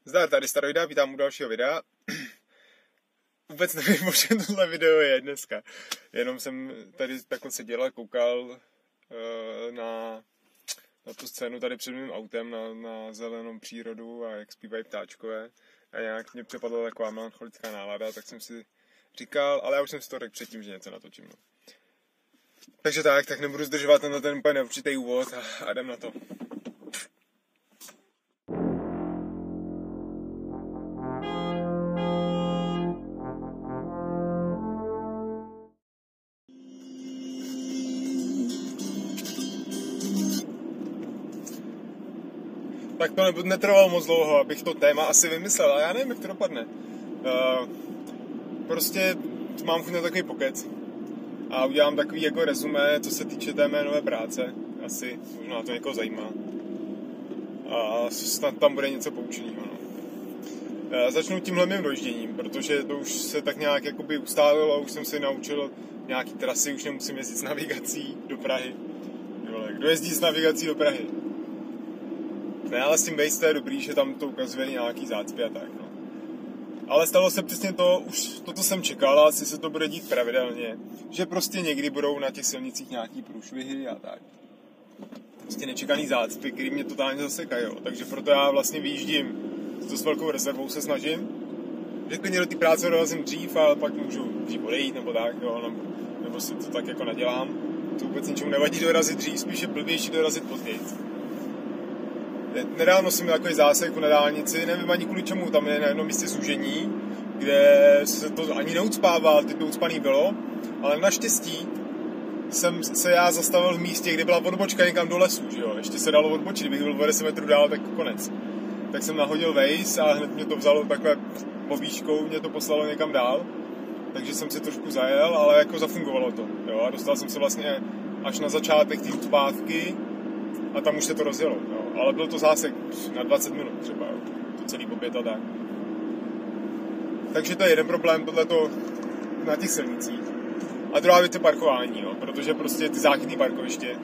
Zdar, tady Staroida, vítám u dalšího videa. Vůbec nevím, o čem tohle video je dneska. Jenom jsem tady takhle seděl a koukal na tu scénu tady před mým autem, na zelenou přírodu a jak zpívají ptáčkové. A nějak mě přepadla taková melancholická nálada, tak jsem si říkal, ale já už jsem si to řekl předtím, že něco natočím. No. Takže tak nebudu zdržovat ten úplně neurčitý úvod a jdem na to. Tak to netrvalo moc dlouho, abych to téma asi vymyslel, ale já nevím, jak to dopadne. Prostě mám chuť na takový pokec a udělám takový jako rezumé, co se týče té mé nové práce. Asi, možná to někoho zajímá. A snad tam bude něco poučeného. No. Začnu tímhle mým dojížděním, protože to už se tak nějak jakoby ustálilo, už jsem si naučil nějaký trasy, už nemusím jezdit s navigací do Prahy. Kdo jezdí s navigací do Prahy? Ne, ale s tím Waze to je dobrý, že tam to ukazuje nějaký zácpy a tak, no. Ale stalo se přesně to, už toto jsem čekal, a asi se to bude dít pravidelně, že prostě někdy budou na těch silnicích nějaký průšvihy a tak. Prostě nečekaný zácpy, který mě totálně zasekají, jo. Takže proto já vlastně vyjíždím s velkou rezervou, se snažím, že klidně do té práce dorazím dřív a pak můžu dřív odejít nebo tak, jo, nebo si to tak jako nadělám. To vůbec ničemu nevadí dorazit dřív, spíš je blbější dorazit později. Nedávno jsem měl takový zásek na dálnici, nevím ani kvůli čemu, tam je na jednom místě zúžení, kde se to ani neucpával, teď to ucpaný bylo, ale naštěstí jsem se já zastavil v místě, kde byla odbočka někam do lesu, že jo, ještě se dalo odbočit, kdybych byl o 10 metrů dál, tak konec. Tak jsem nahodil Waze a hned mě to vzalo takhle pobížkou, mě to poslalo někam dál, takže jsem si trošku zajel, ale jako zafungovalo to, jo, a dostal jsem se vlastně až na začátek té zpátky a tam už se to rozjelo, jo. Ale byl to zásek na 20 minut třeba, jo. To celý popět a tak. Takže to je jeden problém, tohleto na těch silnicích. A druhá věc je parkování, jo, protože prostě ty záchytné parkoviště,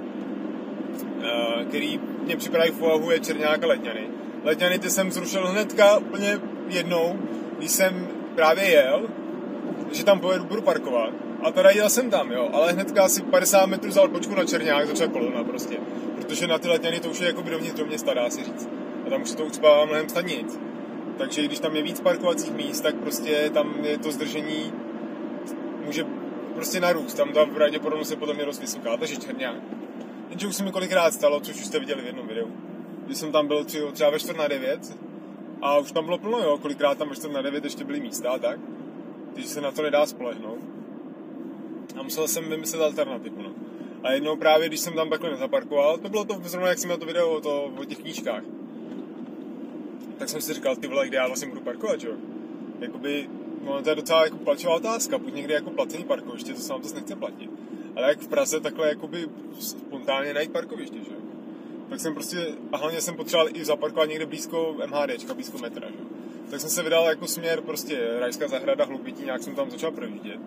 který mě připadají v úvahu, je Černák a Letňany. Letňany ty jsem zrušil hnedka úplně jednou, když jsem právě jel, že tam budu parkovat. A teda jel jsem tam, jo, ale hnedka asi 50 metrů za odbočku na Černák začala kolona prostě. Protože na ty Letňany to už je jako dovnitř do města, dá se říct. A tam už se to ucpává mnohem snadnějc. Takže když tam je víc parkovacích míst, tak prostě tam je to zdržení může prostě narůst. Tam ta pravděpodobnost je podle mě dost vysoká, takže Černák. Jenže už se mi kolikrát stalo, což už jste viděli v jednom videu. Když jsem tam byl třeba ve 8:45 a už tam bylo plno, jo, kolikrát tam ve 8:45 ještě byly místa a tak. Takže se na to nedá spolehnout. A musel jsem vymyslet alternativu, no. A jednou právě, když jsem tam takhle nezaparkoval, to bylo to zrovna, jak jsem měl to video o těch knížkách. Tak jsem si říkal, ty vole, kde já vlastně budu parkovat, jo? Jakoby, no to je docela jako palčivá otázka, buď někdy jako placený parkoviště, to se vám to nechce platit. Ale jak v Praze takhle jakoby spontánně najít parkoviště, že jo? Tak jsem prostě, a hlavně jsem potřeboval i zaparkovat někde blízko MHDčka, blízko metra, že jo? Tak jsem se vydal jako směr prostě Rajská zahrada, Hloubětí, nějak jsem tam začal projíždět.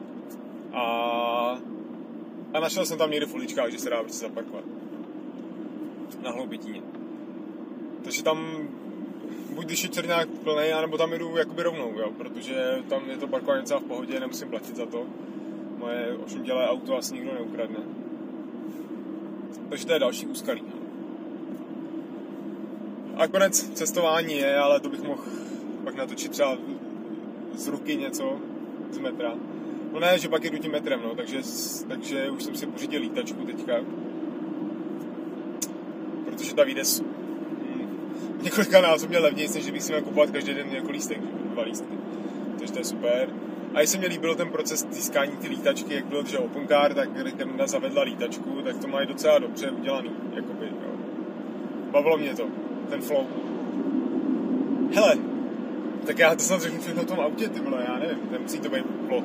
A našel jsem tam někde v uličkách, že se dá prostě zaparkovat. Na Hloubětíně. Takže tam, buď když je Černák plnej, anebo tam jdu jakoby rovnou, jo, protože tam je to parkování docela v pohodě, nemusím platit za to. Moje ošuntělé auto asi nikdo neukradne. Takže to je další úskalí. A konec cestování je, ale to bych mohl pak natočit třeba z ruky něco, z metra. No ne, že pak jedu tím metrem, no, takže už jsem si pořídil lítačku teďka. Protože ta vyjde několika násobně levnější, než bych si měl kupovat každý den jako lístek, 2 lístky. Takže to je super. A jestli mě líbil ten proces získání ty lítačky, jak byl, že OpenCard, tak Renda zavedla lítačku, tak to mají docela dobře udělaný, jakoby, jo. Bavilo mě to, ten flow. Hele, tak já to snad řeknu všechno v tom autě, ty vole, já nevím, nemusí to být vlog.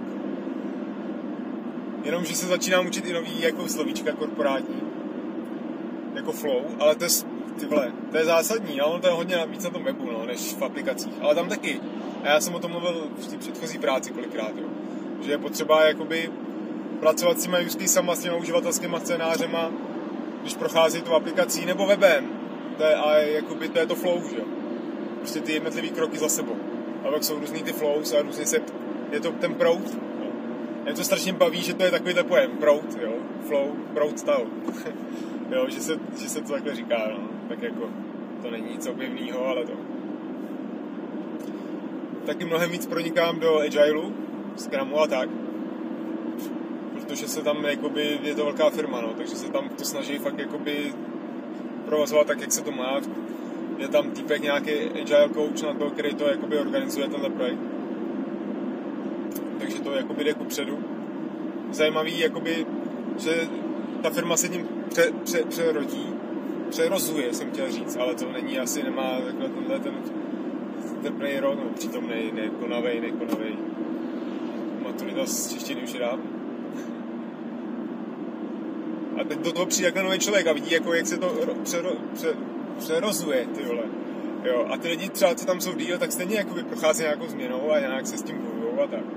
Jenomže se začínám učit i nový jako slovíčka korporátní, jako flow, ale to je, ty vole, to je zásadní, ale ono to je hodně víc na tom webu, no, než v aplikacích, ale tam taky. A já jsem o tom mluvil v té předchozí práci kolikrát, jo. Že je potřeba jakoby pracovat s těma use casema, s těma uživatelskýma scénářema, když prochází tu aplikací nebo webem. To je, a jakoby to je to flow, že jo. prostě ty jednotlivý kroky za sebou. A pak jsou různý ty flows a různě je to ten proud. Jo. Mě to strašně baví, že to je takovýhle pojem, proud, jo, flow, proud style. Jo, že se to takhle říká, no. Tak jako, to není nic objevného, ale to. Taky mnohem víc pronikám do Agileu, Scrumu a tak. Protože se tam, jakoby, je to velká firma, no, takže se tam to snaží fakt, jakoby, provozovat tak, jak se to má. Je tam týpek nějaký Agile coach na to, který to, jakoby, organizuje tenhle projekt. Takže to, jakoby, jde kupředu. Zajímavý, jakoby, že ta firma se tím přerozuje, jsem chtěl říct, ale to není, asi nemá takhle ten trpnej rod, no, přítomnej, nekonavej. Maturita z češtiny už je dávno. A teď do toho přijde jako nový člověk a vidí, jako, jak se to přerozuje, ty vole. Jo, a ty lidi třeba, co tam jsou díl, tak stejně jakoby prochází nějakou změnou a nějak se s tím bojujou a tak.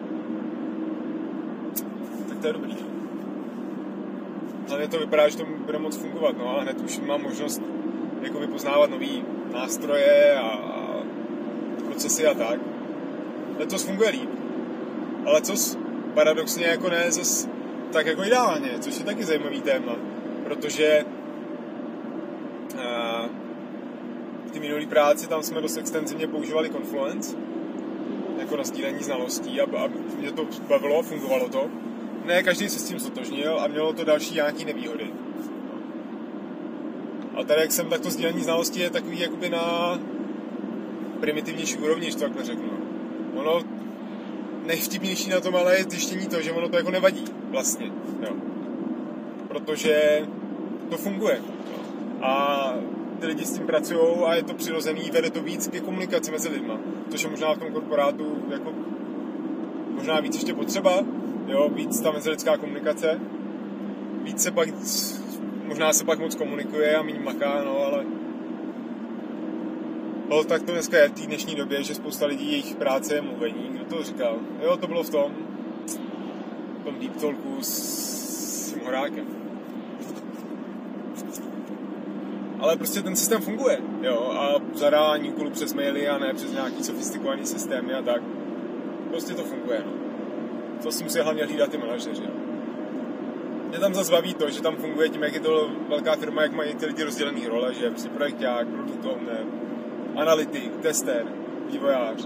Tak to je dobrý. Hlavně to vypadá, že to bude moc fungovat, no a hned už mám možnost jakoby poznávat nový nástroje a procesy a tak. Letos funguje líp. Ale letos paradoxně jako ne zas tak jako ideálně, což je taky zajímavý téma, protože v té minulý práci tam jsme dost extenzivně používali Confluence jako na sdílení znalostí a mě to bavilo, fungovalo to. Ne, každý se s tím stotožnil a mělo to další nějaký nevýhody. A tady, jak jsem, tak to sdílení znalostí je takový jakoby na primitivnější úrovni, když to takhle řeknu. Ono nejvtipnější na tom ale je zjištění to, že ono to jako nevadí vlastně, jo. Protože to funguje. Jo. A ty lidi s tím pracujou a je to přirozený, vede to víc ke komunikaci mezi lidma, což je možná v tom korporátu jako možná víc ještě potřeba, jo, víc ta mezilidská komunikace, víc se pak, možná se pak moc komunikuje a méně maká, no, ale tak to dneska je v té dnešní době, že spousta lidí, jejich práce je mluvení. Kdo to říkal? Jo, to bylo v tom Deep Talku s tím Horákem. Ale prostě ten systém funguje, jo, a zadávání úkolů přes maily a ne přes nějaký sofistikovaný systémy a tak. Prostě to funguje, no. To si musí hlavně hlídat ty manažeři, jo. Mě tam zase baví to, že tam funguje tím, jak je to velká firma, jak mají ty lidi rozdělený role, že je prostě projekták, product owner, analytik, tester, vývojář.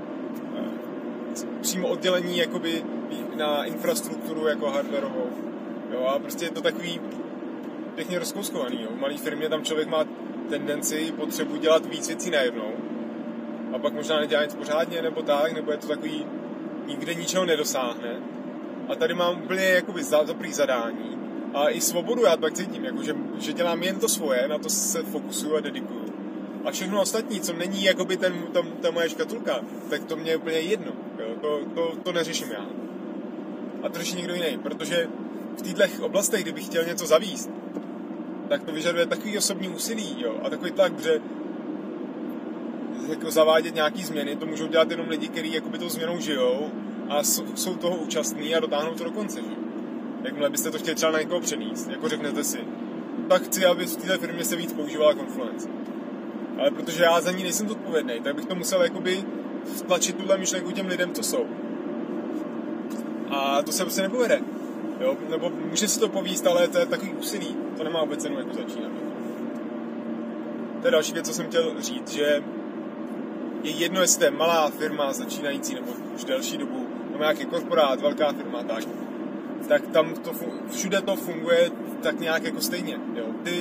Přímo oddělení jakoby na infrastrukturu jako hardwareovou. Jo, a prostě je to takový pěkně rozkouskovaný. Jo. V malé firmě tam člověk má tendenci, potřebu dělat víc věcí najednou. A pak možná nedělá nic pořádně, nebo tak, nebo je to takový, nikde ničeho nedosáhne. A tady mám úplně jakoby dobrý zadání. A i svobodu já tak cítím, jako že dělám jen to svoje, na to se fokusuju a dedikuju. A všechno ostatní, co není jakoby ta moje škatulka, tak to mě je úplně jedno. Jo? To neřeším já. A to řeší někdo jiný, protože v těchto oblastech, kdybych chtěl něco zavíst, tak to vyžaduje takový osobní úsilí, jo? A takový tlak, že jako zavádět nějaký změny, to můžou dělat jenom lidi, kteří jakoby tou změnou žijou a jsou toho účastní a dotáhnou to do konce. Že? Jakmile byste to chtěli třeba na někoho přenést, jako řeknete si, tak chci, aby v této firmě se víc používala Confluence. Ale protože já za ní nejsem zodpovědný, tak bych to musel jakoby vtlačit tuhle myšlenku těm lidem, co jsou. A to se prostě nepovede. Jo? Nebo může si to povíst, ale to je takový úsilí. To nemá vůbec cenu jako začínat. To je další věc, co jsem chtěl říct, že je jedno, jestli to je malá firma začínající, nebo už delší dobu, nebo nějaký korporát, velká firma, tak tam to všude to funguje tak nějak jako stejně. Jo?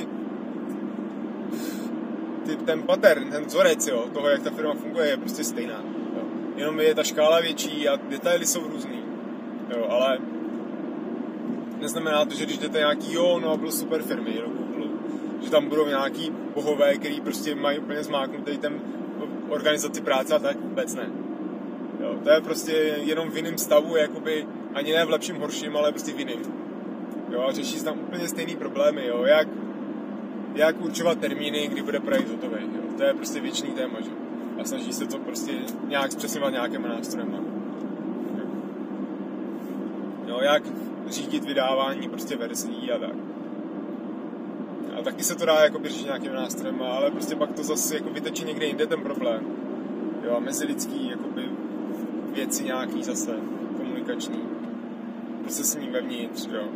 Ten pattern, ten vzorec, jo, toho, jak ta firma funguje, je prostě stejná. Jo. Jenom je ta škála větší a detaily jsou různý. Jo, ale neznamená to, že když jdete nějaký, byl super firmy do Google, že tam budou nějaký bohové, který prostě mají úplně zmáknutý ten organizaci práce a tak vůbec ne. Jo, to je prostě jenom v jiném stavu, jakoby, ani ne v lepším, horším, ale prostě v jiném. Jo, a řeší se tam úplně stejný problémy, jo, jak určovat termíny, kdy bude projekt hotový. Jo. To je prostě věčný téma, že? A snaží se to prostě nějak zpřesňovat nějakými nástrojem. Jo, jak řídit vydávání prostě verzí a tak. A taky se to dá jako řešit nějakým nástrojem, ale prostě pak to zase jako vytečí někde jinde ten problém. Jo, a mezilidský jakoby věci nějaký zase, komunikační. Prostě s ním vevnitř, jo.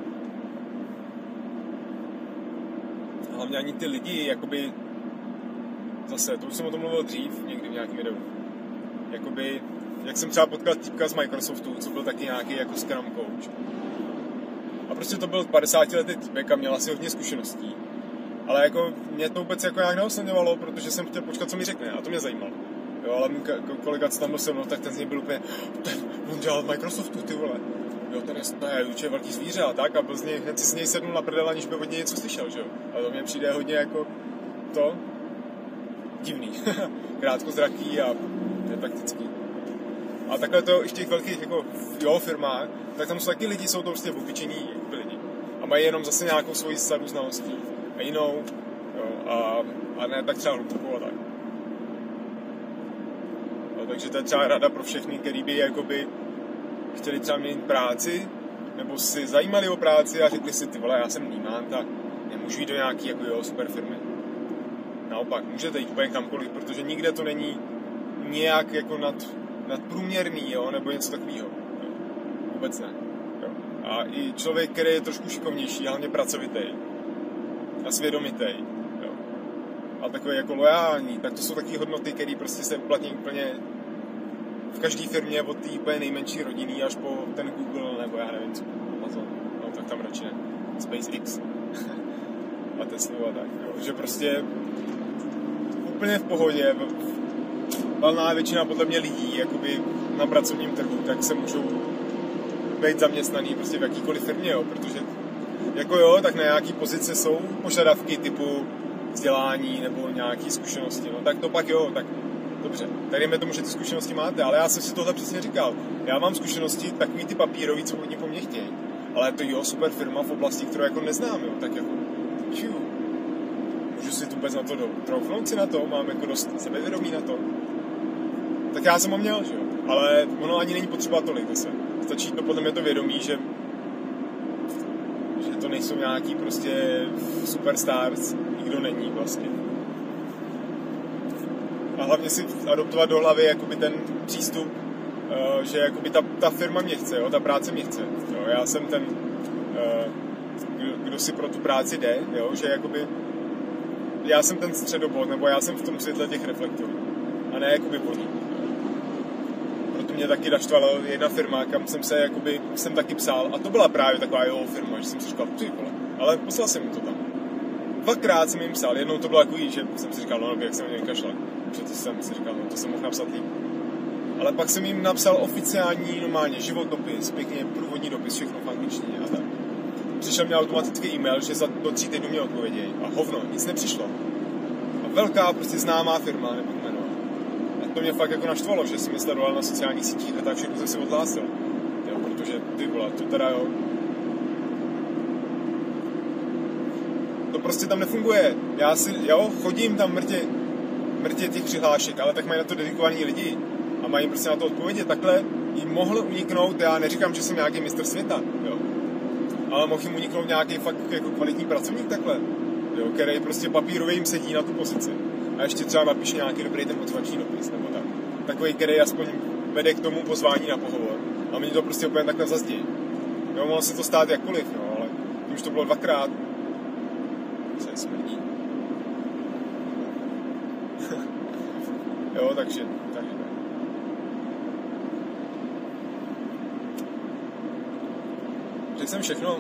Hlavně ani ty lidi, jakoby, zase, to už jsem o tom mluvil dřív, někdy v nějakém videu. Jakoby, jak jsem třeba potkal týpka z Microsoftu, co byl taky nějaký jako Scrum coach. A prostě to byl 50letý týpek a měl asi hodně zkušeností. Ale jako, mě to vůbec jako nějak neosledňovalo, protože jsem chtěl počkat, co mi řekne, a to mě zajímalo. Jo, ale můj kolega, co tam byl se mnou, tak ten z něj byl úplně, on dělal v Microsoftu, ty vole. Jo, ten je určitě velký zvíře a tak, a byl z něj, hned si z něj sednul na prdel, aniž by od něj něco slyšel, že jo. A to mně přijde hodně jako to divný, krátkozraký a netaktický. A takhle to i v těch velkých jako firmách, tak tam jsou taky lidi, jsou to prostě obyčejní lidi. A mají jenom zase nějakou svoji sadu znalostí. A jinou, jo, a ne tak třeba hlubokou a tak. No, takže to je třeba rada pro všechny, který by jakoby chtěli třeba měnit práci, nebo si zajímali o práci a řekli si, ty vole, já jsem nímant a nemůžu jít do nějaký jako super firmy. Naopak, můžete jít úplně kamkoliv, protože nikde to není nějak jako nadprůměrný, jo, nebo něco takového. Vůbec ne. Jo. A i člověk, který je trošku šikovnější, hlavně pracovitý a svědomitý, jo, a takový jako loajální, tak to jsou taky hodnoty, které prostě se uplatní úplně v každé firmě, od té úplně nejmenší rodiny až po ten Google, nebo já nevím co, Amazon, no tak tam radši ne, SpaceX a Tesla a tak, jo, že prostě úplně v pohodě, valná většina podle mě lidí jakoby na pracovním trhu, tak se můžou být zaměstnaný prostě v jakýkoliv firmě, jo, protože jako jo, tak na nějaký pozice jsou požadavky typu vzdělání nebo nějaký zkušenosti, no tak to pak jo, tak dobře, tak dejme tomu, že ty zkušenosti máte, ale já jsem si tohle přesně říkal, já mám zkušenosti takový ty papírový, co hodně po mně chtějí, ale to jo, super firma v oblasti, kterou jako neznám, jo, tak jako můžu si vůbec na to troufnout si na to, mám jako dost sebevědomí na to, tak já jsem ho měl, že jo, ale ono ani není potřeba tolik zase, stačí to podle mě to vědomí, že to nejsou nějaký prostě superstars, nikdo není vlastně. A hlavně si adoptovat do hlavy jakoby ten přístup, že jakoby ta firma mě chce, jo, ta práce mě chce. Jo, já jsem ten, kdo si pro tu práci jde, jo, že jakoby já jsem ten středobod, nebo já jsem v tom světle těch reflektorů. A ne jakoby oni. Proto mě taky naštvala jedna firma, kam jsem taky psal. A to byla právě taková jeho firma, že jsem si říkal, ty vole. Ale poslal jsem mu to tam. 2krát jsem jim psal, jednou to bylo takový, že jsem si říkal, no jak jsem něj kašlal. Protože to jsem si říkal, no to jsem mohl napsat líp. Ale pak jsem jim napsal oficiální, normálně životopis, pěkně průvodní dopis, všechno v angličtině a tak. Přišel mi automatický e-mail, že do 3 týdnů mě odpovědějí. A hovno, nic nepřišlo. A velká, prostě známá firma, nebo jméno. A to mě fakt jako naštvalo, že jsem je sledoval na sociálních sítích a tak všechno jsem si odhlásil. Jo, protože ty vole, to teda jo. To prostě tam nefunguje. Já chodím tam mrtě těch přihlášek, ale tak mají na to dedikovaní lidi a mají prostě na to odpovědět. Takhle jim mohl uniknout, já neříkám, že jsem nějaký mistr světa, jo. Ale mohl jim uniknout nějaký fakt jako kvalitní pracovník takhle, jo, který prostě papírově jim sedí na tu pozici. A ještě třeba napíše nějaký dobrý ten motivační dopis, nebo tak. Takový, který aspoň vede k tomu pozvání na pohovor. A mě to prostě úplně takhle zazdějí. Jo, mohlo se to stát jakkoliv, no, ale tím, že to bylo 2krát, se smrdí. Jo, takže řekl jsem všechno.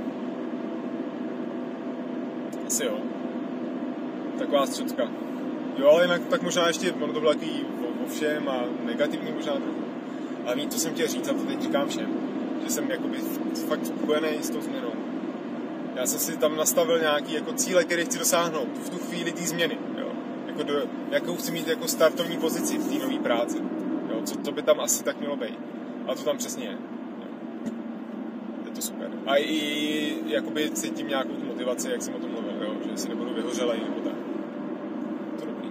Asi jo. Taková střetka. Jo, ale jinak tak možná ještě, ono to bylo takový o všem a negativní možná trochu. Ale víc, co jsem chtěl říct, a to teď říkám všem, že jsem jakoby fakt spokojený s tou změnou. Já jsem si tam nastavil nějaký jako cíle, které chci dosáhnout v tu chvíli té změny. Jo. Jako jakou chci mít jako startovní pozici v té nové práci. Jo. Co by tam asi tak mělo být. A to tam přesně je. Jo. Je to super. A i jakoby cítím nějakou tu motivaci, jak jsem o tom mluvil, jo. Že si nebudu vyhořelej nebo tak. To dobrý.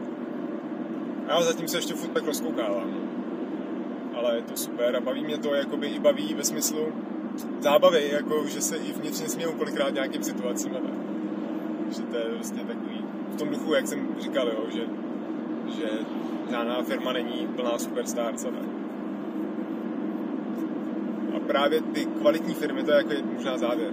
A zatím se ještě furt tak rozkoukávám. Ale je to super a baví mě to, jakoby i baví ve smyslu zábavy, jako že se i vnitřně směju kolikrát nějakým situacím a tak. Že to je prostě takový, v tom duchu, jak jsem říkal, jo, že žádná firma není plná superstar, co ne. A právě ty kvalitní firmy, to je jako možná závěr.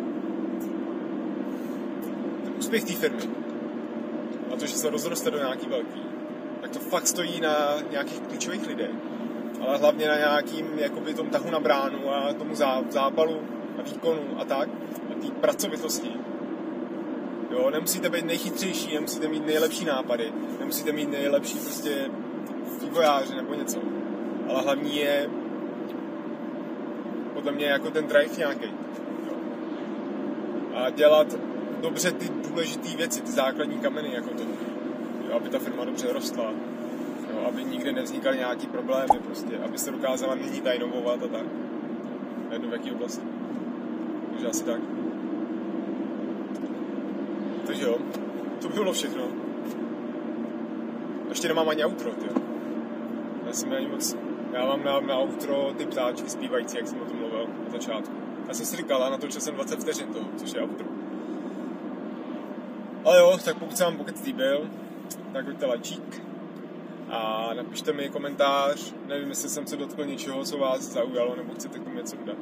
Ten úspěch té firmy a to, že se rozroste do nějaký velký, tak to fakt stojí na nějakých klíčových lidech, ale hlavně na nějakým jakoby tom tahu na bránu a tomu zápalu a výkonu a tak, a té pracovitosti. Jo, nemusíte být nejchytřejší, nemusíte mít nejlepší nápady, nemusíte mít nejlepší prostě vývojáře nebo něco, ale hlavní je podle mě jako ten drive nějaký. A dělat dobře ty důležité věci, ty základní kameny, jako to, jo, aby ta firma dobře rostla, jo, aby nikde nevznikaly nějaký problémy, prostě, aby se dokázala nyní ta inovovat a tak. Jedno v jaký oblasti. Takže asi tak. Takže jo, to bylo všechno. Ještě nemám ani outro, jo. Já mám na outro ty ptáčky zpívající, jak jsem o tom mluvil na začátku. Já jsem si říkal, natočil jsem 20 vteřin toho, což je outro. Ale jo, tak pokud se vám pokec líbil, tak hoďte lajčík a napište mi komentář, nevím, jestli jsem se dotkl něčeho, co vás zaujalo, nebo chcete k tomu něco dodat.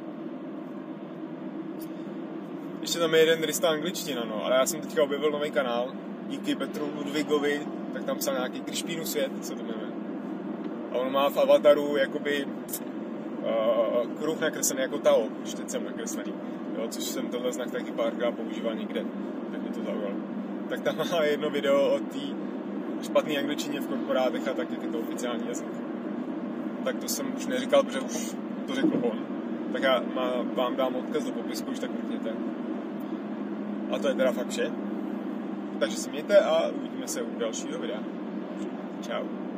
Ještě tam je jeden Rista angličtina, no, ale já jsem teďka objevil nový kanál, díky Petru Ludvigovi, tak tam psal nějaký Krišpínu svět, co to jmenuje. A on má v avataru jakoby kruh nakreslený jako Tao, když teď jsem nakreslený, jo, což jsem tenhle znak taky párkrát používal někde, tak mě to zaujalo. Tak tam má jedno video o té špatné angličtině v korporátech a tak, jak je to oficiální jazyk. Tak to jsem už neříkal, protože už to řekl on. Tak já vám dám odkaz do popisku, už tak mrkněte. A to je teda fakt vše. Takže se mějte a uvidíme se u dalšího videa. Čau.